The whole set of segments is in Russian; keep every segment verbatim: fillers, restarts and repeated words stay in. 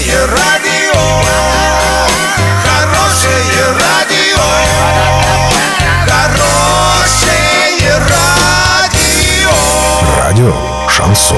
Хорошее радио, хорошее радио, хорошее радио. Радио Шансон.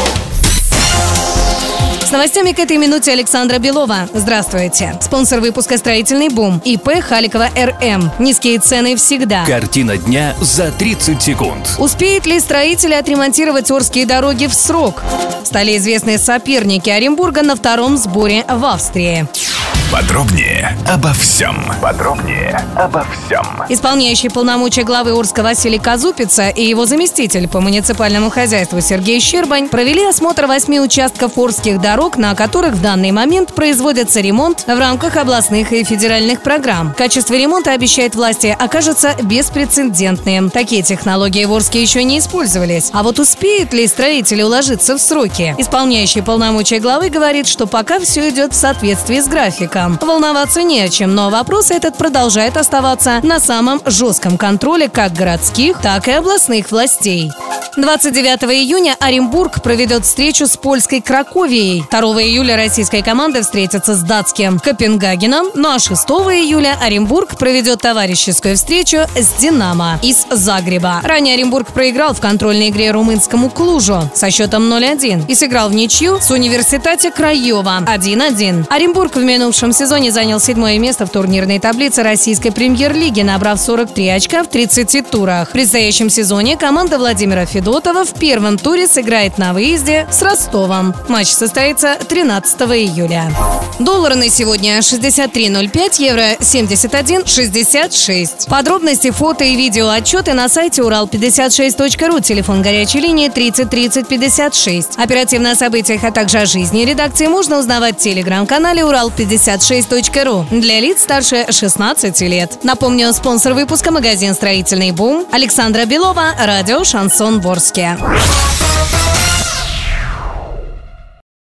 С новостями к этой минуте Александра Белова. Здравствуйте. Спонсор выпуска «Строительный бум» ИП Халикова РМ. Низкие цены всегда. Картина дня за тридцать секунд. Успеют ли строители отремонтировать Орские дороги в срок? Стали известны соперники Оренбурга на втором сборе в Австрии. Подробнее обо всем. Подробнее обо всем. Исполняющий полномочия главы Орска Василий Казупица и его заместитель по муниципальному хозяйству Сергей Щербань провели осмотр восьми участков Орских дорог, на которых в данный момент производится ремонт в рамках областных и федеральных программ. Качество ремонта, обещает власти, окажется беспрецедентным. Такие технологии в Орске еще не использовались. А вот успеют ли строители уложиться в сроки? Исполняющий полномочия главы говорит, что пока все идет в соответствии с графиком. Волноваться не о чем, но вопрос этот продолжает оставаться на самом жестком контроле как городских, так и областных властей. двадцать девятого июня Оренбург проведет встречу с польской Краковией. второго июля российская команда встретится с датским Копенгагеном, ну а шестого июля Оренбург проведет товарищескую встречу с Динамо из Загреба. Ранее Оренбург проиграл в контрольной игре румынскому Клужу со счетом ноль один и сыграл в ничью с Университете Крайова один один. Оренбург в минувшем сезоне занял седьмое место в турнирной таблице российской премьер-лиги, набрав сорок три очка в тридцати турах. В предстоящем сезоне команда Владимира Федотова в первом туре сыграет на выезде с Ростовом. Матч состоится тринадцатого июля. Доллар на сегодня шестьдесят три ноль пять, евро семьдесят один шестьдесят шесть. Подробности, фото и видео отчеты на сайте урал пятьдесят шесть точка ру, телефон горячей линии тридцать тридцать пятьдесят шесть. Оперативно о событиях, а также о жизни редакции можно узнавать в телеграм-канале урал пятьдесят шесть точка ру для лиц старше шестнадцати лет. Напомню, спонсор выпуска — магазин «Строительный бум». Александра Белова, радио «Шансон» в Орске.